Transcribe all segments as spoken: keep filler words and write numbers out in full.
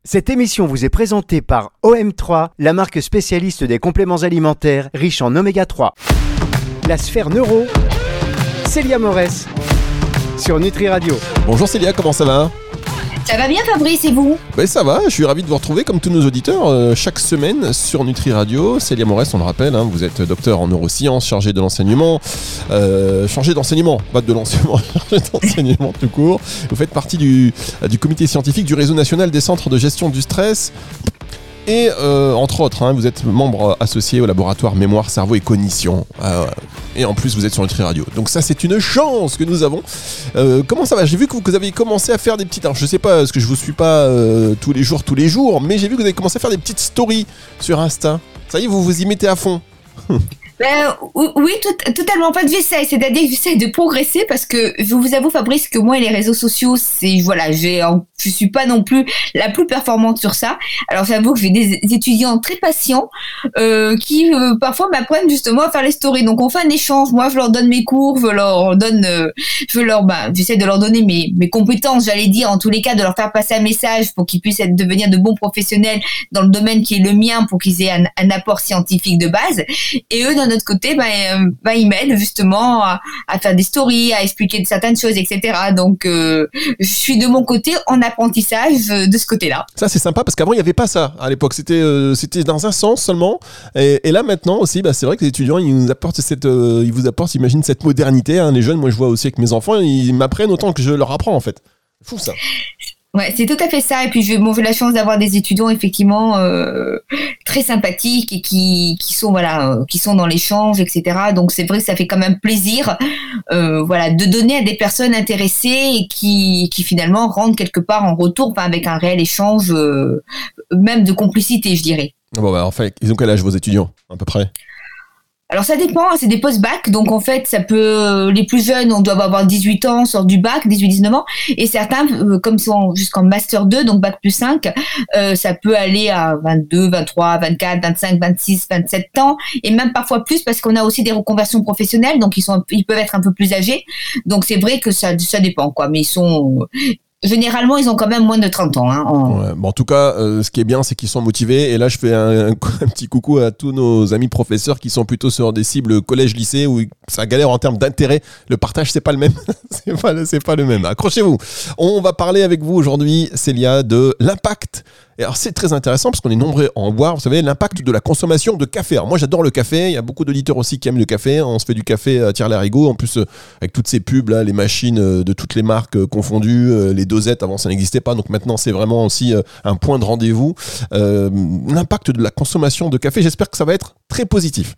Cette émission vous est présentée par O M trois, la marque spécialiste des compléments alimentaires riches en oméga trois. La sphère neuro, Célia Morès, sur Nutri Radio. Bonjour Célia, comment ça va ? Ça va bien Fabrice, et vous ? Ben ça va, je suis ravi de vous retrouver comme tous nos auditeurs euh, chaque semaine sur Nutri Radio. Célia Morès, on le rappelle, hein, vous êtes docteur en neurosciences, chargé de l'enseignement, euh, chargé d'enseignement, pas de l'enseignement, chargé d'enseignement tout court. Vous faites partie du, du comité scientifique du réseau national des centres de gestion du stress. Et euh, entre autres, hein, vous êtes membre associé au laboratoire Mémoire, Cerveau et Cognition. Euh, et en plus, vous êtes sur Nutri Radio. Donc ça, c'est une chance que nous avons. Euh, comment ça va ? J'ai vu que vous, que vous avez commencé à faire des petites... Alors, je sais pas, parce que je vous suis pas euh, tous les jours, tous les jours, mais j'ai vu que vous avez commencé à faire des petites stories sur Insta. Ça y est, vous vous y mettez à fond. Ben, oui, tout, totalement. En fait, j'essaie, c'est-à-dire que j'essaie de progresser parce que je vous avoue, Fabrice, que moi et les réseaux sociaux, c'est voilà, j'ai, je suis pas non plus la plus performante sur ça. Alors, j'avoue que j'ai des étudiants très patients euh, qui euh, parfois m'apprennent justement à faire les stories. Donc, on fait un échange. Moi, je leur donne mes cours, je leur donne, euh, je leur, bah, j'essaie de leur donner mes mes compétences, j'allais dire, en tous les cas, de leur faire passer un message pour qu'ils puissent être, devenir de bons professionnels dans le domaine qui est le mien, pour qu'ils aient un, un apport scientifique de base. Et eux, dans notre côté, ben, euh, ben ils m'aident justement à, à faire des stories, à expliquer certaines choses, et cetera. Donc, euh, je suis de mon côté en apprentissage euh, de ce côté-là. Ça, c'est sympa parce qu'avant, il n'y avait pas ça à l'époque. C'était, euh, c'était dans un sens seulement. Et, et là, maintenant aussi, bah, c'est vrai que les étudiants, ils nous apportent cette, euh, ils vous apportent, j'imagine, cette modernité. Hein. Les jeunes, moi, je vois aussi avec mes enfants, ils m'apprennent autant que je leur apprends, en fait. Fou, ça. Ouais, c'est tout à fait ça. Et puis, j'ai bon, j'ai la chance d'avoir des étudiants effectivement euh, très sympathiques et qui qui sont voilà, euh, qui sont dans l'échange, et cetera. Donc, c'est vrai que ça fait quand même plaisir, euh, voilà, de donner à des personnes intéressées et qui qui finalement rendent quelque part en retour, enfin, avec un réel échange, euh, même de complicité, je dirais. Bon, bah, enfin, ils ont quel âge vos étudiants, à peu près ? Alors ça dépend, c'est des post-bac, donc en fait ça peut, les plus jeunes on doit avoir dix-huit ans, sortent du bac, dix-huit dix-neuf ans, et certains euh, comme ils sont jusqu'en master deux, donc bac plus cinq, euh, ça peut aller à vingt-deux, vingt-trois, vingt-quatre, vingt-cinq, vingt-six, vingt-sept ans, et même parfois plus parce qu'on a aussi des reconversions professionnelles, donc ils sont, ils peuvent être un peu plus âgés, donc c'est vrai que ça, ça dépend quoi, mais ils sont... Généralement, ils ont quand même moins de trente ans. Hein, en... Ouais, bon, en tout cas, euh, ce qui est bien, c'est qu'ils sont motivés. Et là, je fais un, un, un petit coucou à tous nos amis professeurs qui sont plutôt sur des cibles collège-lycée où ça galère en termes d'intérêt. Le partage, c'est pas le même. c'est pas, c'est pas le même. Accrochez-vous. On va parler avec vous aujourd'hui, Célia, de l'impact. Et alors, c'est très intéressant parce qu'on est nombreux à en boire. Vous savez, l'impact de la consommation de café. Alors, moi, j'adore le café. Il y a beaucoup d'auditeurs aussi qui aiment le café. On se fait du café à tire-larigot. En plus, euh, avec toutes ces pubs, là, les machines euh, de toutes les marques euh, confondues, euh, les dosettes, avant, ça n'existait pas. Donc, maintenant, c'est vraiment aussi euh, un point de rendez-vous. Euh, l'impact de la consommation de café, j'espère que ça va être très positif.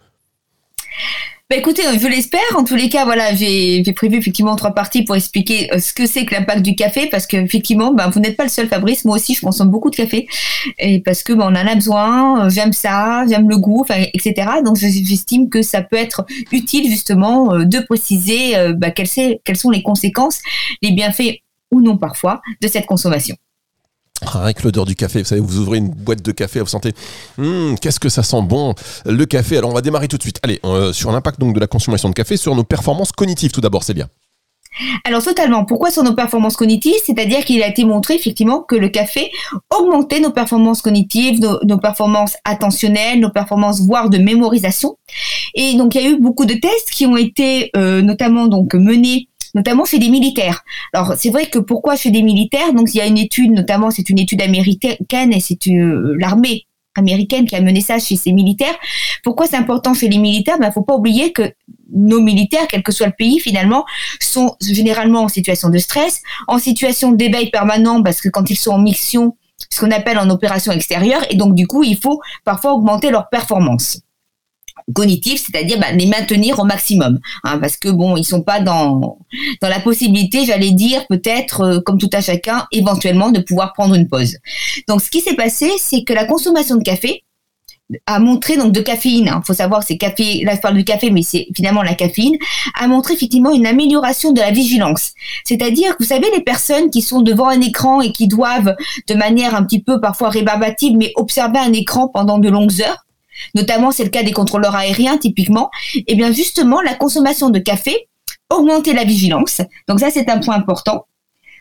Bah écoutez, je l'espère. En tous les cas, voilà, j'ai, j'ai prévu effectivement trois parties pour expliquer ce que c'est que l'impact du café, parce que effectivement, bah, vous n'êtes pas le seul, Fabrice. Moi aussi, je consomme beaucoup de café, et parce que bah, on en a besoin. J'aime ça, j'aime le goût, enfin, et cetera. Donc, j'estime que ça peut être utile justement de préciser bah, quelles, c'est, quelles sont les conséquences, les bienfaits ou non parfois de cette consommation. Avec l'odeur du café, vous savez, vous ouvrez une boîte de café, vous sentez, hum, qu'est-ce que ça sent bon, le café. Alors on va démarrer tout de suite. Allez, euh, sur l'impact donc de la consommation de café sur nos performances cognitives tout d'abord, c'est bien. Alors totalement. Pourquoi sur nos performances cognitives ? C'est-à-dire qu'il a été montré effectivement que le café augmentait nos performances cognitives, nos, nos performances attentionnelles, nos performances voire de mémorisation. Et donc il y a eu beaucoup de tests qui ont été euh, notamment donc menés notamment chez des militaires. Alors, c'est vrai que pourquoi chez des militaires ? Donc, il y a une étude, notamment, c'est une étude américaine et c'est une, l'armée américaine qui a mené ça chez ces militaires. Pourquoi c'est important chez les militaires ? Ben, faut pas oublier que nos militaires, quel que soit le pays, finalement, sont généralement en situation de stress, en situation d'éveil permanent, parce que quand ils sont en mission, ce qu'on appelle en opération extérieure, et donc, du coup, il faut parfois augmenter leur performance cognitifs, c'est-à-dire bah, les maintenir au maximum, hein, parce que bon, ils sont pas dans dans la possibilité, j'allais dire peut-être euh, comme tout à chacun, éventuellement de pouvoir prendre une pause. Donc, ce qui s'est passé, c'est que la consommation de café a montré donc de caféine. Il hein, faut savoir, c'est café. Là, je parle du café, mais c'est finalement la caféine a montré effectivement une amélioration de la vigilance. C'est-à-dire que vous savez, les personnes qui sont devant un écran et qui doivent, de manière un petit peu parfois rébarbative, mais observer un écran pendant de longues heures. Notamment, c'est le cas des contrôleurs aériens, typiquement. Eh bien, justement, la consommation de café augmentait la vigilance. Donc ça, c'est un point important.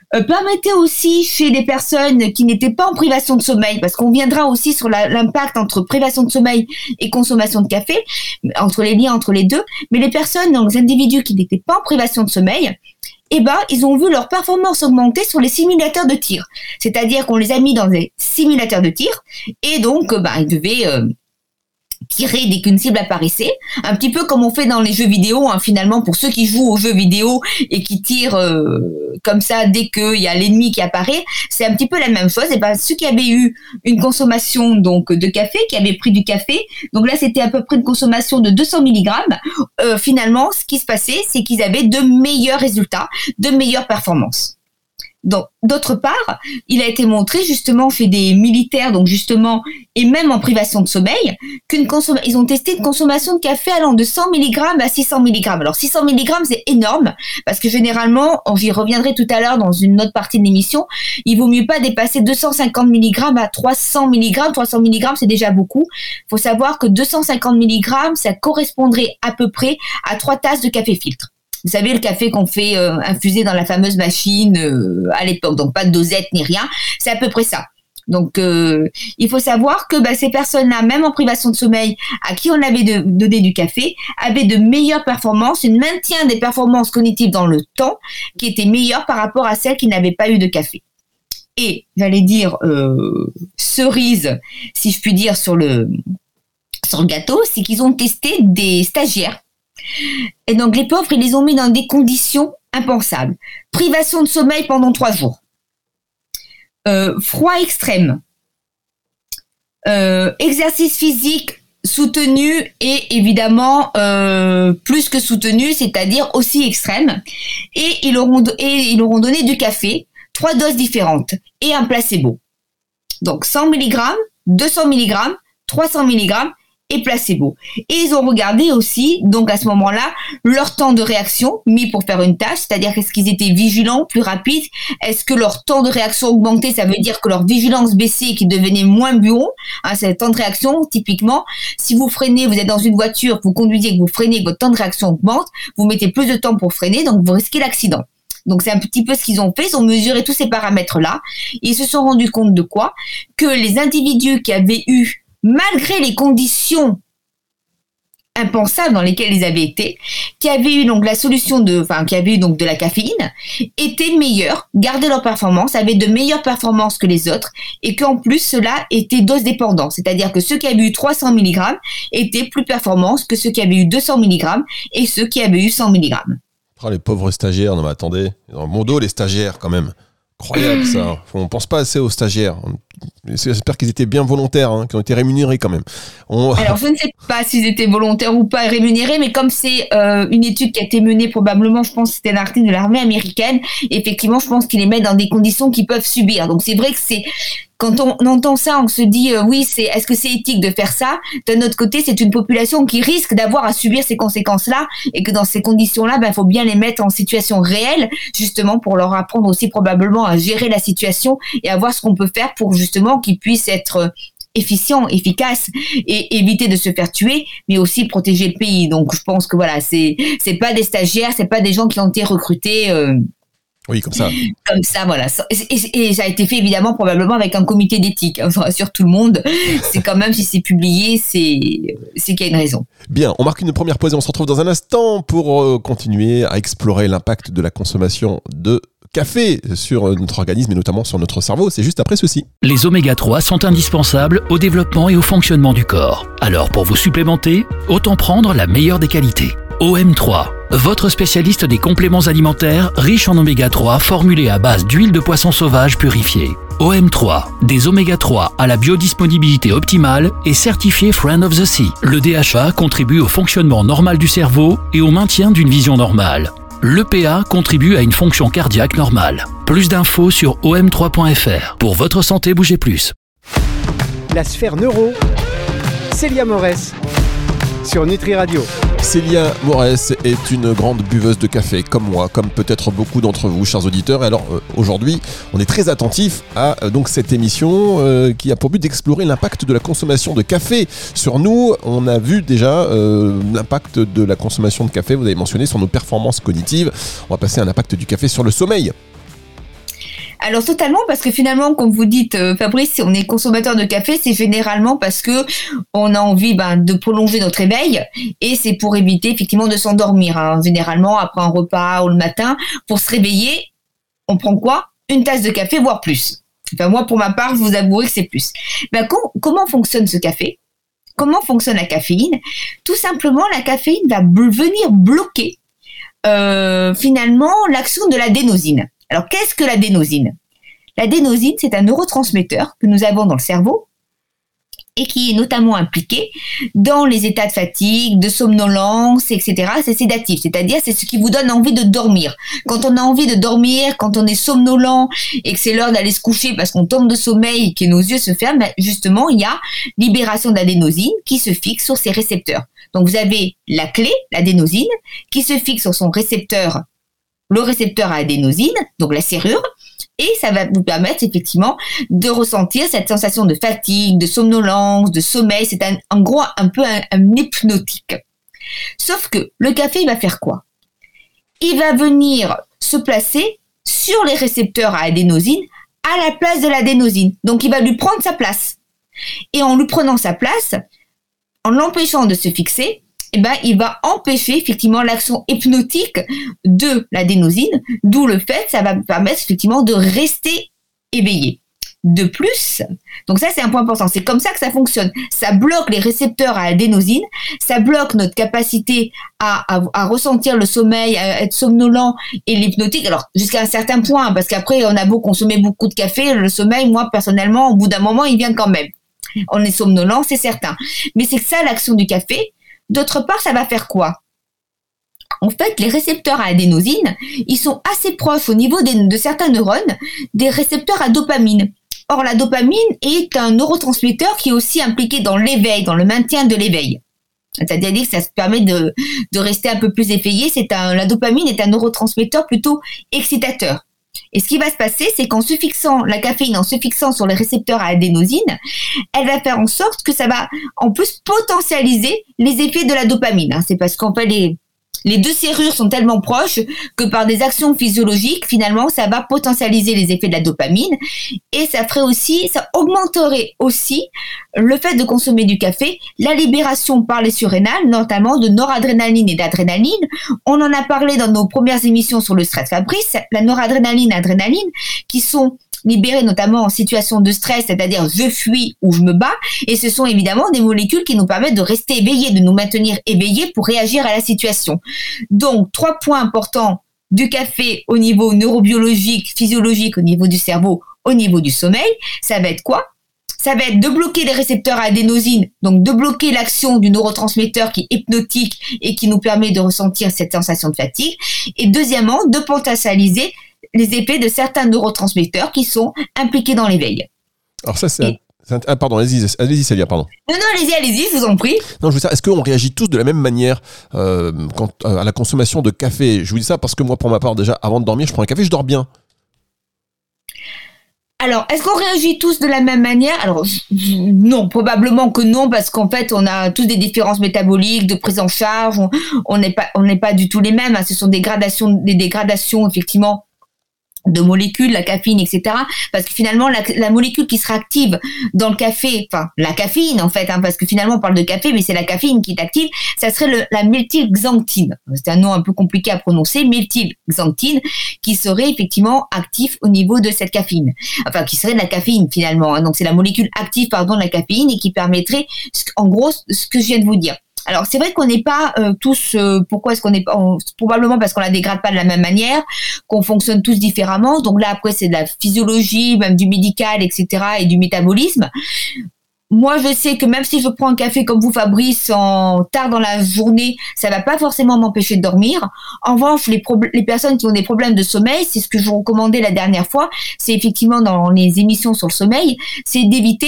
euh, permettait aussi chez des personnes qui n'étaient pas en privation de sommeil, parce qu'on viendra aussi sur la, l'impact entre privation de sommeil et consommation de café, entre les liens entre les deux, mais les personnes, donc les individus qui n'étaient pas en privation de sommeil, eh ben, ils ont vu leur performance augmenter sur les simulateurs de tir. C'est-à-dire qu'on les a mis dans des simulateurs de tir, et donc, ben, ils devaient euh, tirer dès qu'une cible apparaissait, un petit peu comme on fait dans les jeux vidéo, hein, finalement, pour ceux qui jouent aux jeux vidéo et qui tirent euh, comme ça dès qu'il y a l'ennemi qui apparaît, c'est un petit peu la même chose. Et ben, ceux qui avaient eu une consommation donc de café, qui avaient pris du café, donc là c'était à peu près une consommation de deux cents milligrammes, euh, finalement, ce qui se passait, c'est qu'ils avaient de meilleurs résultats, de meilleures performances. Donc, d'autre part, il a été montré justement chez des militaires, donc justement, et même en privation de sommeil, qu'une consomm- ils ont testé une consommation de café allant de cent milligrammes à six cents milligrammes. Alors, six cents milligrammes, c'est énorme, parce que généralement, j'y reviendrai tout à l'heure dans une autre partie de l'émission, il vaut mieux pas dépasser deux cent cinquante milligrammes à trois cents milligrammes. trois cents milligrammes, c'est déjà beaucoup. Il faut savoir que deux cent cinquante milligrammes, ça correspondrait à peu près à trois tasses de café filtre. Vous savez, le café qu'on fait euh, infuser dans la fameuse machine euh, à l'époque, donc pas de dosette ni rien, c'est à peu près ça. Donc, euh, il faut savoir que bah, ces personnes-là, même en privation de sommeil, à qui on avait de, donné du café, avaient de meilleures performances, un maintien des performances cognitives dans le temps qui était meilleur par rapport à celles qui n'avaient pas eu de café. Et, j'allais dire, euh, cerise, si je puis dire, sur le, sur le gâteau, c'est qu'ils ont testé des stagiaires. Et donc, les pauvres, ils les ont mis dans des conditions impensables. Privation de sommeil pendant trois jours. Euh, froid extrême. Euh, exercice physique soutenu et évidemment euh, plus que soutenu, c'est-à-dire aussi extrême. Et ils auront, et ils auront donné du café, trois doses différentes et un placebo. Donc, cent milligrammes, deux cents milligrammes, trois cents milligrammes et placebo. Et ils ont regardé aussi, donc à ce moment-là, leur temps de réaction mis pour faire une tâche, c'est-à-dire est-ce qu'ils étaient vigilants, plus rapides, est-ce que leur temps de réaction augmentait, ça veut dire que leur vigilance baissait et qu'ils devenaient moins buons, hein, c'est le temps de réaction, typiquement. Si vous freinez, vous êtes dans une voiture, vous conduisez, que vous freinez, que votre temps de réaction augmente, vous mettez plus de temps pour freiner, donc vous risquez l'accident. Donc c'est un petit peu ce qu'ils ont fait, ils ont mesuré tous ces paramètres-là, et ils se sont rendus compte de quoi? Que les individus qui avaient eu, malgré les conditions impensables dans lesquelles ils avaient été, qui avaient eu donc la solution de, enfin, qui avaient eu donc de la caféine, étaient meilleurs, gardaient leur performance, avaient de meilleures performances que les autres, et qu'en plus cela était dose dépendant, c'est-à-dire que ceux qui avaient eu trois cents milligrammes étaient plus performants que ceux qui avaient eu deux cents milligrammes et ceux qui avaient eu cent milligrammes. Oh, les pauvres stagiaires, non mais attendez, dans mon dos les stagiaires quand même. Incroyable ça. On pense pas assez aux stagiaires. J'espère qu'ils étaient bien volontaires, hein, qu'ils ont été rémunérés quand même. On... Alors je ne sais pas s'ils étaient volontaires ou pas rémunérés, mais comme c'est euh, une étude qui a été menée probablement, je pense que c'était un article de l'armée américaine, effectivement je pense qu'ils les mettent dans des conditions qu'ils peuvent subir. Donc c'est vrai que c'est... Quand on entend ça, on se dit euh, oui, c'est est-ce que c'est éthique de faire ça? D'un autre côté, c'est une population qui risque d'avoir à subir ces conséquences-là, et que dans ces conditions-là, ben faut bien les mettre en situation réelle, justement pour leur apprendre aussi probablement à gérer la situation et à voir ce qu'on peut faire pour justement qu'ils puissent être efficients, efficaces et éviter de se faire tuer, mais aussi protéger le pays. Donc je pense que voilà, c'est c'est pas des stagiaires, c'est pas des gens qui ont été recrutés. Euh, Oui, comme ça. Comme ça, voilà. Et, et, et ça a été fait évidemment probablement avec un comité d'éthique. Hein, je rassure tout le monde. C'est quand même, si c'est publié, c'est, c'est qu'il y a une raison. Bien, on marque une première pause et on se retrouve dans un instant pour euh, continuer à explorer l'impact de la consommation de café sur notre organisme et notamment sur notre cerveau. C'est juste après ceci. Les oméga trois sont indispensables au développement et au fonctionnement du corps. Alors pour vous supplémenter, autant prendre la meilleure des qualités. O M trois, votre spécialiste des compléments alimentaires riches en oméga trois formulés à base d'huile de poisson sauvage purifiée. O M trois, des oméga trois à la biodisponibilité optimale et certifié Friend of the Sea. Le D H A contribue au fonctionnement normal du cerveau et au maintien d'une vision normale. L'E P A contribue à une fonction cardiaque normale. Plus d'infos sur o m trois point f r. Pour votre santé, bougez plus. La sphère neuro, Célia Morès sur Nutri Radio. Célia Morès est une grande buveuse de café, comme moi, comme peut-être beaucoup d'entre vous, chers auditeurs. Et alors, euh, aujourd'hui, on est très attentif à euh, donc cette émission euh, qui a pour but d'explorer l'impact de la consommation de café sur nous. On a vu déjà euh, l'impact de la consommation de café, vous avez mentionné, sur nos performances cognitives. On va passer à l'impact du café sur le sommeil. Alors totalement, parce que finalement, comme vous dites, euh, Fabrice, si on est consommateur de café, c'est généralement parce que on a envie ben, de prolonger notre éveil, et c'est pour éviter effectivement de s'endormir. Hein. Généralement, après un repas ou le matin, pour se réveiller, on prend quoi? Une tasse de café, voire plus. Enfin, moi, pour ma part, je vous avouerai que c'est plus. Ben, com- comment fonctionne ce café? Comment fonctionne la caféine? Tout simplement, la caféine va bl- venir bloquer euh, finalement l'action de l'adénosine. Alors, qu'est-ce que l'adénosine? L'adénosine, c'est un neurotransmetteur que nous avons dans le cerveau et qui est notamment impliqué dans les états de fatigue, de somnolence, et cetera. C'est sédatif, c'est-à-dire c'est ce qui vous donne envie de dormir. Quand on a envie de dormir, quand on est somnolent et que c'est l'heure d'aller se coucher parce qu'on tombe de sommeil et que nos yeux se ferment, justement, il y a libération d'adénosine qui se fixe sur ces récepteurs. Donc vous avez la clé, l'adénosine, qui se fixe sur son récepteur, le récepteur à adénosine, donc la serrure, et ça va vous permettre effectivement de ressentir cette sensation de fatigue, de somnolence, de sommeil. C'est un, en gros un peu un, un hypnotique. Sauf que le café, il va faire quoi? Il va venir se placer sur les récepteurs à adénosine à la place de l'adénosine. Donc il va lui prendre sa place. Et en lui prenant sa place, en l'empêchant de se fixer, eh ben, il va empêcher effectivement l'action hypnotique de l'adénosine, d'où le fait, ça va permettre effectivement de rester éveillé. De plus, donc ça c'est un point important, c'est comme ça que ça fonctionne. Ça bloque les récepteurs à adénosine, ça bloque notre capacité à, à, à ressentir le sommeil, à être somnolent et l'hypnotique. Alors jusqu'à un certain point, parce qu'après on a beau consommer beaucoup de café, le sommeil, moi personnellement, au bout d'un moment, il vient quand même. On est somnolent, c'est certain. Mais c'est ça l'action du café. D'autre part, ça va faire quoi? En fait, les récepteurs à adénosine, ils sont assez proches au niveau des, de certains neurones des récepteurs à dopamine. Or, la dopamine est un neurotransmetteur qui est aussi impliqué dans l'éveil, dans le maintien de l'éveil. C'est-à-dire que ça se permet de, de rester un peu plus éveillé. C'est un, la dopamine est un neurotransmetteur plutôt excitateur. Et ce qui va se passer, c'est qu'en se fixant, la caféine, en se fixant sur les récepteurs à adénosine, elle va faire en sorte que ça va, en plus, potentialiser les effets de la dopamine. C'est parce qu'en fait, les, les deux serrures sont tellement proches que par des actions physiologiques, finalement, ça va potentialiser les effets de la dopamine. Et ça ferait aussi, ça augmenterait aussi le fait de consommer du café, la libération par les surrénales, notamment de noradrénaline et d'adrénaline. On en a parlé dans nos premières émissions sur le stress Fabrice, la noradrénaline et l'adrénaline, qui sont libérées notamment en situation de stress, c'est-à-dire je fuis ou je me bats, et ce sont évidemment des molécules qui nous permettent de rester éveillés, de nous maintenir éveillés pour réagir à la situation. Donc, trois points importants du café au niveau neurobiologique, physiologique, au niveau du cerveau, au niveau du sommeil, ça va être quoi? Ça va être de bloquer les récepteurs à adénosine, donc de bloquer l'action du neurotransmetteur qui est hypnotique et qui nous permet de ressentir cette sensation de fatigue. Et deuxièmement, de potentialiser les effets de certains neurotransmetteurs qui sont impliqués dans l'éveil. Alors ça, c'est... Et... Un... Ah pardon, allez-y, allez-y Célia, pardon. Non, non, allez-y, allez-y, je vous en prie. Non, je veux dire, est-ce qu'on réagit tous de la même manière euh, quand, euh, à la consommation de café? Je vous dis ça parce que moi, pour ma part, déjà, avant de dormir, je prends un café, je dors bien. Alors, est-ce qu'on réagit tous de la même manière? Alors, non, probablement que non, parce qu'en fait, on a tous des différences métaboliques, de prise en charge, on n'est pas, on n'est pas du tout les mêmes. Hein. Ce sont des gradations, des dégradations, effectivement, de molécules, la caféine, et cetera. Parce que finalement, la, la molécule qui sera active dans le café, enfin, la caféine, en fait, hein, parce que finalement, on parle de café, mais c'est la caféine qui est active, ça serait le, la méthylxanthine. C'est un nom un peu compliqué à prononcer, méthylxanthine, qui serait effectivement actif au niveau de cette caféine. Enfin, qui serait de la caféine, finalement. Hein. Donc, c'est la molécule active, pardon, de la caféine et qui permettrait, en gros, ce que je viens de vous dire. Alors, c'est vrai qu'on n'est pas euh, tous... Euh, pourquoi est-ce qu'on n'est pas... On, probablement parce qu'on la dégrade pas de la même manière, qu'on fonctionne tous différemment. Donc là, après, c'est de la physiologie, même du médical, et cetera, et du métabolisme. Moi, je sais que même si je prends un café comme vous, Fabrice, en tard dans la journée, ça va pas forcément m'empêcher de dormir. En revanche, les, pro- les personnes qui ont des problèmes de sommeil, c'est ce que je vous recommandais la dernière fois, c'est effectivement dans les émissions sur le sommeil, c'est d'éviter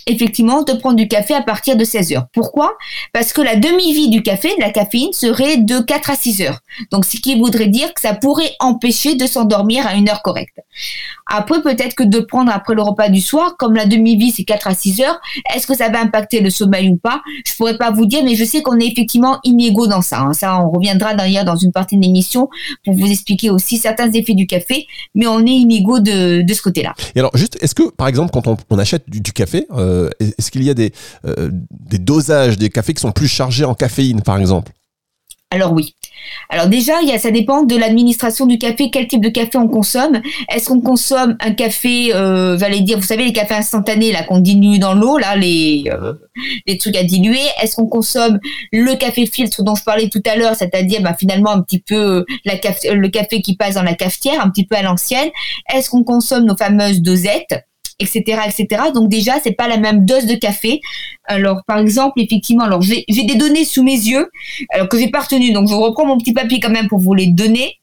effectivement de prendre du café à partir de seize heures. Pourquoi ? Parce que la demi-vie du café, de la caféine, serait de quatre à six heures. Donc, ce qui voudrait dire que ça pourrait empêcher de s'endormir à une heure correcte. Après, peut-être que de prendre après le repas du soir, comme la demi-vie c'est quatre à six heures, est-ce que ça va impacter le sommeil ou pas ? Je pourrais pas vous dire, mais je sais qu'on est effectivement inégaux dans ça. Hein. Ça, on reviendra d'ailleurs dans une partie de l'émission pour vous expliquer aussi certains effets du café, mais on est inégaux de, de ce côté-là. Et alors, juste, est-ce que, par exemple, quand on, on achète du, du café, euh, est-ce qu'il y a des, euh, des dosages des cafés qui sont plus chargés en caféine, par exemple ? Alors oui. Alors déjà, il y a, ça dépend de l'administration du café, quel type de café on consomme. Est-ce qu'on consomme un café, euh, j'allais dire, vous savez, les cafés instantanés là qu'on dilue dans l'eau, là, les euh, les trucs à diluer. Est-ce qu'on consomme le café filtre dont je parlais tout à l'heure, c'est-à-dire bah, finalement un petit peu la caf- le café qui passe dans la cafetière, un petit peu à l'ancienne. Est-ce qu'on consomme nos fameuses dosettes ? Etc, et cetera. Donc déjà, c'est pas la même dose de café. Alors, par exemple, effectivement, alors j'ai, j'ai des données sous mes yeux, alors que j'ai pas retenues. Donc, je reprends mon petit papier quand même pour vous les donner.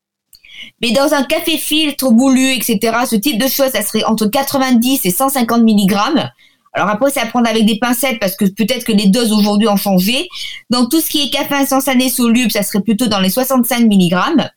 Mais dans un café filtre moulu, et cetera, ce type de choses, ça serait entre quatre-vingt-dix et cent cinquante milligrammes. Alors après, c'est à prendre avec des pincettes parce que peut-être que les doses aujourd'hui ont changé. Dans tout ce qui est café instantané soluble, ça serait plutôt dans les soixante-cinq milligrammes.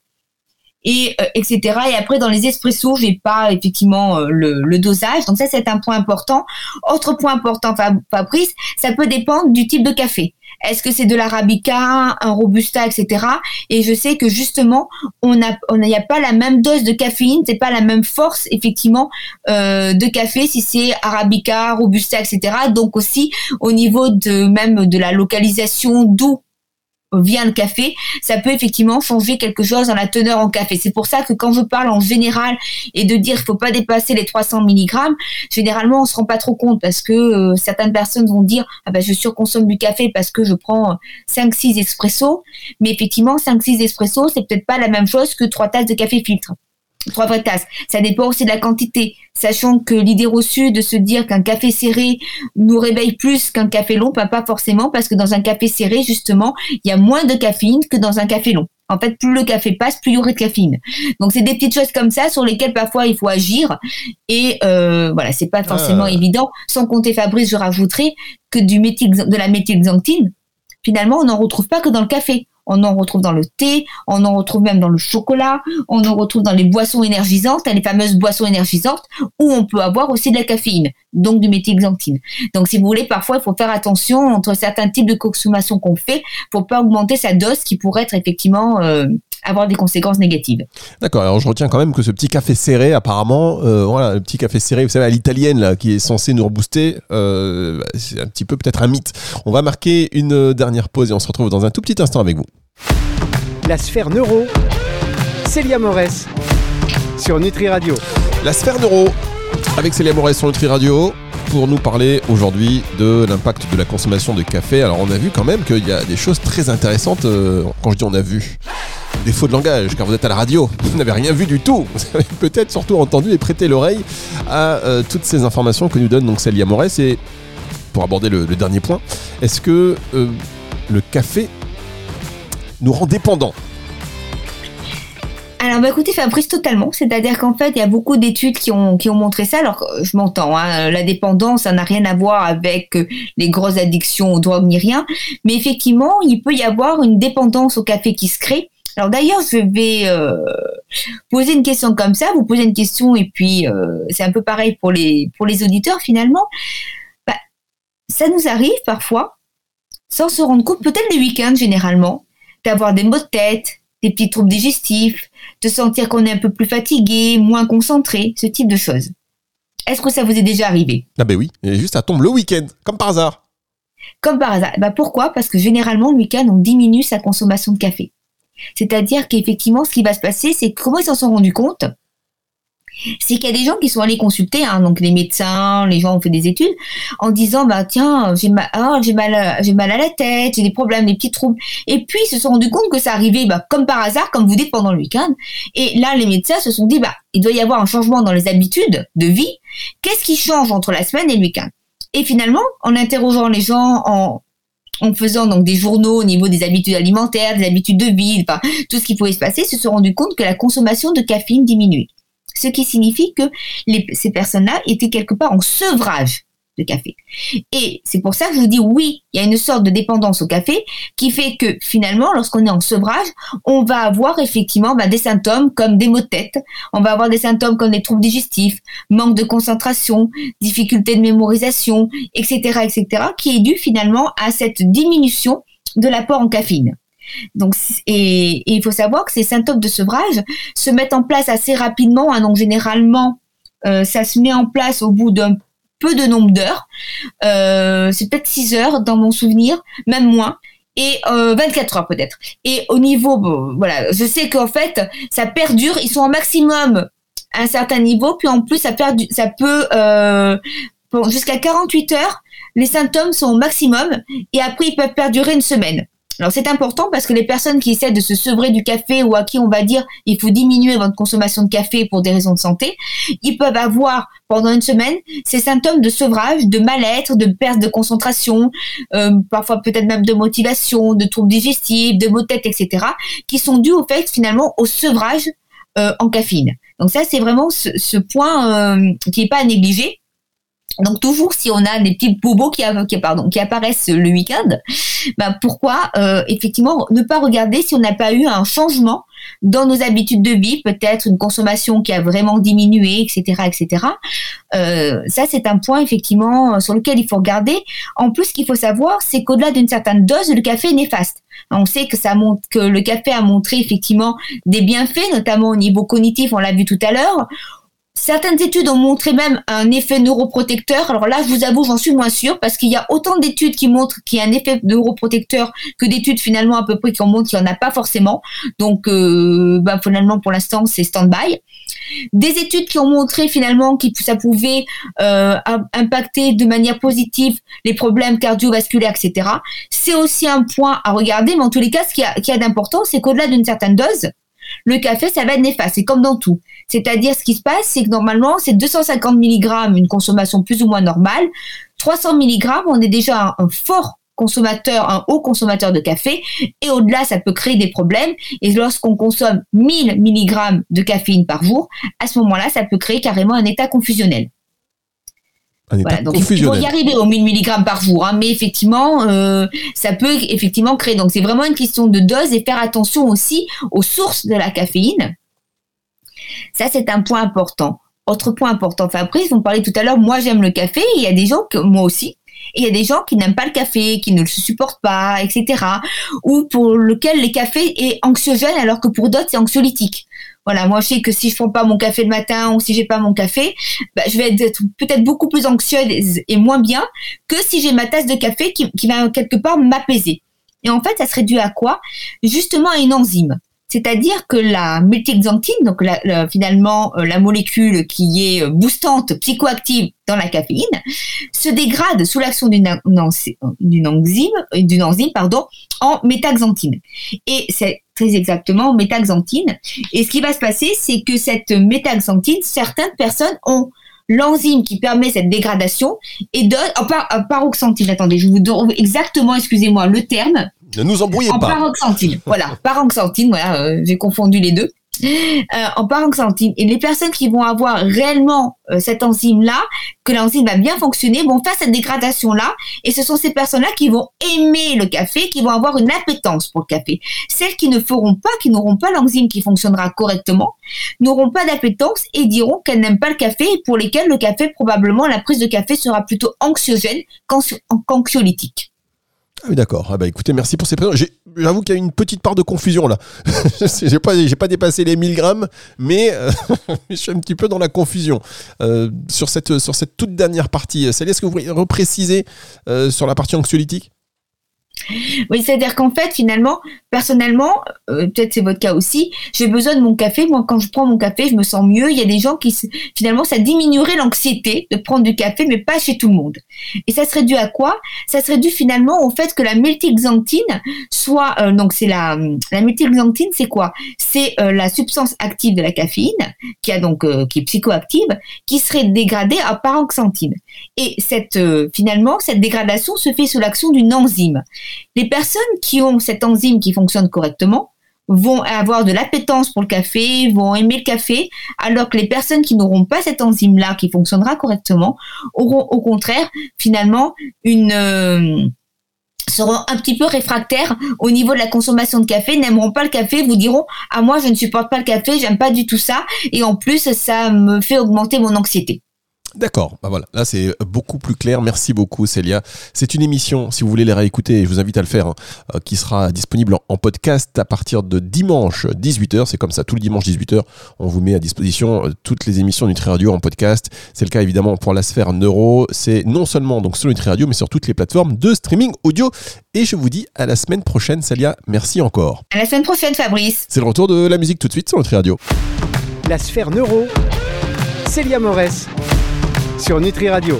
Et euh, et cetera. Et après dans les espressos, j'ai pas effectivement euh, le, le dosage. Donc ça c'est un point important. Autre point important, Fabrice, ça peut dépendre du type de café. Est-ce que c'est de l'arabica, un robusta, et cetera. Et je sais que justement on a on n'y a pas la même dose de caféine, c'est pas la même force effectivement euh, de café si c'est arabica, robusta, et cetera. Donc aussi au niveau de même de la localisation d'où vient le café, ça peut effectivement changer quelque chose dans la teneur en café. C'est pour ça que quand je parle en général et de dire qu'il faut pas dépasser les trois cents milligrammes, généralement on se rend pas trop compte parce que euh, certaines personnes vont dire ah ben je surconsomme du café parce que je prends cinq six espressos, mais effectivement cinq six espressos c'est peut-être pas la même chose que trois tasses de café filtre. Trois vraies tasses. Ça dépend aussi de la quantité, sachant que l'idée reçue de se dire qu'un café serré nous réveille plus qu'un café long, pas, pas forcément, parce que dans un café serré, justement, il y a moins de caféine que dans un café long. En fait, plus le café passe, plus il y aurait de caféine. Donc, c'est des petites choses comme ça sur lesquelles parfois il faut agir. Et euh, voilà, c'est pas forcément ah. évident. Sans compter, Fabrice, je rajouterai que du méthyl, de la méthylxanthine, finalement, on n'en retrouve pas que dans le café. On en retrouve dans le thé, on en retrouve même dans le chocolat, on en retrouve dans les boissons énergisantes, les fameuses boissons énergisantes, où on peut avoir aussi de la caféine, donc du méthylxanthine. Donc, si vous voulez, parfois, il faut faire attention entre certains types de consommation qu'on fait pour pas augmenter sa dose qui pourrait être effectivement euh, avoir des conséquences négatives. D'accord, alors je retiens quand même que ce petit café serré, apparemment, euh, voilà, le petit café serré, vous savez, à l'italienne, là, qui est censé nous rebooster, euh, c'est un petit peu peut-être un mythe. On va marquer une dernière pause et on se retrouve dans un tout petit instant avec vous. La sphère neuro, Célia Morès, sur Nutri Radio. La sphère neuro, avec Célia Morès sur Nutri Radio, pour nous parler aujourd'hui de l'impact de la consommation de café. Alors on a vu quand même qu'il y a des choses très intéressantes, euh, quand je dis on a vu, défaut de langage, car vous êtes à la radio, vous n'avez rien vu du tout, vous avez peut-être surtout entendu et prêté l'oreille à euh, toutes ces informations que nous donne donc Célia Morès. Et pour aborder le, le dernier point, est-ce que euh, le café nous rend dépendants? Alors, bah, écoutez, Fabrice, totalement. C'est-à-dire qu'en fait, il y a beaucoup d'études qui ont, qui ont montré ça. Alors, je m'entends, hein, la dépendance, ça n'a rien à voir avec les grosses addictions aux drogues ni rien. Mais effectivement, il peut y avoir une dépendance au café qui se crée. Alors, d'ailleurs, je vais euh, poser une question comme ça. Vous posez une question et puis euh, c'est un peu pareil pour les, pour les auditeurs, finalement. Bah, ça nous arrive parfois, sans se rendre compte, peut-être les week-ends, généralement, d'avoir des maux de tête, des petits troubles digestifs, de sentir qu'on est un peu plus fatigué, moins concentré, ce type de choses. Est-ce que ça vous est déjà arrivé? Ah ben oui, et juste ça tombe le week-end, comme par hasard. Comme par hasard. Bah pourquoi? Parce que généralement, le week-end, on diminue sa consommation de café. C'est-à-dire qu'effectivement, ce qui va se passer, c'est comment ils s'en sont rendus compte? C'est qu'il y a des gens qui sont allés consulter, hein, donc les médecins, les gens ont fait des études, en disant bah tiens j'ai mal, oh, j'ai mal, j'ai mal à la tête, j'ai des problèmes, des petits troubles. Et puis ils se sont rendus compte que ça arrivait bah, comme par hasard, comme vous dites, pendant le week-end. Et là les médecins se sont dit bah il doit y avoir un changement dans les habitudes de vie. Qu'est-ce qui change entre la semaine et le week-end? Et finalement, en interrogeant les gens, en en faisant donc des journaux au niveau des habitudes alimentaires, des habitudes de vie, enfin tout ce qui pouvait se passer, se sont rendus compte que la consommation de caféine diminuait. Ce qui signifie que les, ces personnes-là étaient quelque part en sevrage de café. Et c'est pour ça que je vous dis oui, il y a une sorte de dépendance au café qui fait que finalement, lorsqu'on est en sevrage, on va avoir effectivement bah, des symptômes comme des maux de tête, on va avoir des symptômes comme des troubles digestifs, manque de concentration, difficulté de mémorisation, et cetera, et cetera, qui est dû finalement à cette diminution de l'apport en caféine. Donc, et, et il faut savoir que ces symptômes de sevrage se mettent en place assez rapidement, hein, donc généralement, euh, ça se met en place au bout d'un peu de nombre d'heures, euh, c'est peut-être six heures dans mon souvenir, même moins, et euh, vingt-quatre heures peut-être. Et au niveau, bon, voilà, je sais qu'en fait, ça perdure, ils sont en maximum à un certain niveau, puis en plus, ça, perdu, ça peut, euh, bon, jusqu'à quarante-huit heures, les symptômes sont au maximum, et après, ils peuvent perdurer une semaine. Alors, c'est important parce que les personnes qui essaient de se sevrer du café ou à qui on va dire il faut diminuer votre consommation de café pour des raisons de santé, ils peuvent avoir pendant une semaine ces symptômes de sevrage, de mal-être, de perte de concentration, euh, parfois peut-être même de motivation, de troubles digestifs, de maux de tête, et cetera, qui sont dus au fait finalement au sevrage euh, en caféine. Donc ça, c'est vraiment ce, ce point euh, qui n'est pas à négliger. Donc toujours si on a des petits bobos qui, qui, pardon, qui apparaissent le week-end, bah pourquoi euh, effectivement ne pas regarder si on n'a pas eu un changement dans nos habitudes de vie, peut-être une consommation qui a vraiment diminué, et cetera, et cetera. Euh, ça c'est un point effectivement sur lequel il faut regarder. En plus, ce qu'il faut savoir, c'est qu'au-delà d'une certaine dose, le café est néfaste. On sait que ça montre que le café a montré effectivement des bienfaits, notamment au niveau cognitif, on l'a vu tout à l'heure. Certaines études ont montré même un effet neuroprotecteur. Alors là, je vous avoue, j'en suis moins sûre parce qu'il y a autant d'études qui montrent qu'il y a un effet neuroprotecteur que d'études finalement à peu près qui en montrent qu'il n'y en a pas forcément. Donc, euh, bah, finalement, pour l'instant, c'est stand-by. Des études qui ont montré finalement que ça pouvait euh, impacter de manière positive les problèmes cardiovasculaires, et cetera. C'est aussi un point à regarder, mais en tous les cas, ce qu'il y a, qu'il y a d'important, c'est qu'au-delà d'une certaine dose, le café, ça va être néfaste. C'est comme dans tout. C'est-à-dire, ce qui se passe, c'est que normalement, c'est deux cent cinquante milligrammes, une consommation plus ou moins normale. trois cents milligrammes, on est déjà un, un fort consommateur, un haut consommateur de café. Et au-delà, ça peut créer des problèmes. Et lorsqu'on consomme mille milligrammes de caféine par jour, à ce moment-là, ça peut créer carrément un état confusionnel. Voilà, donc il faut y arriver aux mille milligrammes par jour, hein, mais effectivement, euh, ça peut effectivement créer. Donc c'est vraiment une question de dose et faire attention aussi aux sources de la caféine. Ça, c'est un point important. Autre point important, Fabrice, on parlait tout à l'heure, moi j'aime le café, il y a des gens, que, moi aussi, et il y a des gens qui n'aiment pas le café, qui ne le supportent pas, et cetera. Ou pour lequel le café est anxiogène alors que pour d'autres c'est anxiolytique. Voilà, moi je sais que si je prends pas mon café le matin ou si j'ai pas mon café, bah, je vais être peut-être beaucoup plus anxieuse et moins bien que si j'ai ma tasse de café qui, qui va quelque part m'apaiser. Et en fait, ça serait dû à quoi ? Justement à une enzyme. C'est-à-dire que la méthylxanthine, donc la, la, finalement euh, la molécule qui est boostante, psychoactive dans la caféine, se dégrade sous l'action d'une, d'une enzyme, d'une enzyme pardon, en méthaxanthine. Et c'est très exactement méthaxanthine. Et ce qui va se passer, c'est que cette méthaxanthine, certaines personnes ont l'enzyme qui permet cette dégradation et d'autres, en par, euh, paroxanthine, attendez, je vous donne exactement, excusez-moi, le terme. Ne nous embrouillez en pas. En paroxanthine, voilà, paroxanthine, voilà, euh, j'ai confondu les deux. Euh, en paroxanthine. Et les personnes qui vont avoir réellement euh, cette enzyme-là, que l'enzyme va bien fonctionner, vont faire cette dégradation-là. Et ce sont ces personnes-là qui vont aimer le café, qui vont avoir une appétence pour le café. Celles qui ne feront pas, qui n'auront pas l'enzyme qui fonctionnera correctement, n'auront pas d'appétence et diront qu'elles n'aiment pas le café et pour lesquelles le café, probablement, la prise de café sera plutôt anxiogène qu'anxiolytique. Ah oui, d'accord. Ah bah écoutez, merci pour ces précisions. J'ai, j'avoue qu'il y a une petite part de confusion là. j'ai pas, j'ai pas dépassé les mille grammes, mais euh, je suis un petit peu dans la confusion euh, sur cette, sur cette toute dernière partie. Célie, est-ce que vous pourriez repréciser euh, sur la partie anxiolytique ? Oui, c'est-à-dire qu'en fait, finalement, personnellement, euh, peut-être c'est votre cas aussi, j'ai besoin de mon café. Moi, quand je prends mon café, je me sens mieux. Il y a des gens qui, finalement, ça diminuerait l'anxiété de prendre du café, mais pas chez tout le monde. Et ça serait dû à quoi ? Ça serait dû finalement au fait que la méthylxanthine soit, euh, donc c'est la, la méthylxanthine, c'est quoi ? C'est euh, la substance active de la caféine, qui a donc, euh, qui est psychoactive, qui serait dégradée à paroxanthine. Et cette, euh, finalement, cette dégradation se fait sous l'action d'une enzyme. Les personnes qui ont cette enzyme qui fonctionne correctement vont avoir de l'appétence pour le café, vont aimer le café, alors que les personnes qui n'auront pas cette enzyme-là, qui fonctionnera correctement, auront au contraire finalement une... Euh, seront un petit peu réfractaires au niveau de la consommation de café, n'aimeront pas le café, vous diront « Ah, moi, je ne supporte pas le café, j'aime pas du tout ça, et en plus, ça me fait augmenter mon anxiété. » D'accord, bah voilà, là c'est beaucoup plus clair. Merci beaucoup Célia. C'est une émission, si vous voulez les réécouter, je vous invite à le faire, hein, euh, qui sera disponible en, en podcast à partir de dimanche dix-huit heures. C'est comme ça, tout le dimanche dix-huit heures, on vous met à disposition euh, toutes les émissions Nutri Radio en podcast. C'est le cas évidemment pour la sphère neuro. C'est non seulement donc sur Nutri Radio, mais sur toutes les plateformes de streaming audio. Et je vous dis à la semaine prochaine, Célia. Merci encore. À la semaine prochaine, Fabrice. C'est le retour de la musique tout de suite sur Nutri Radio. La sphère neuro, Célia Morès sur Nutri Radio.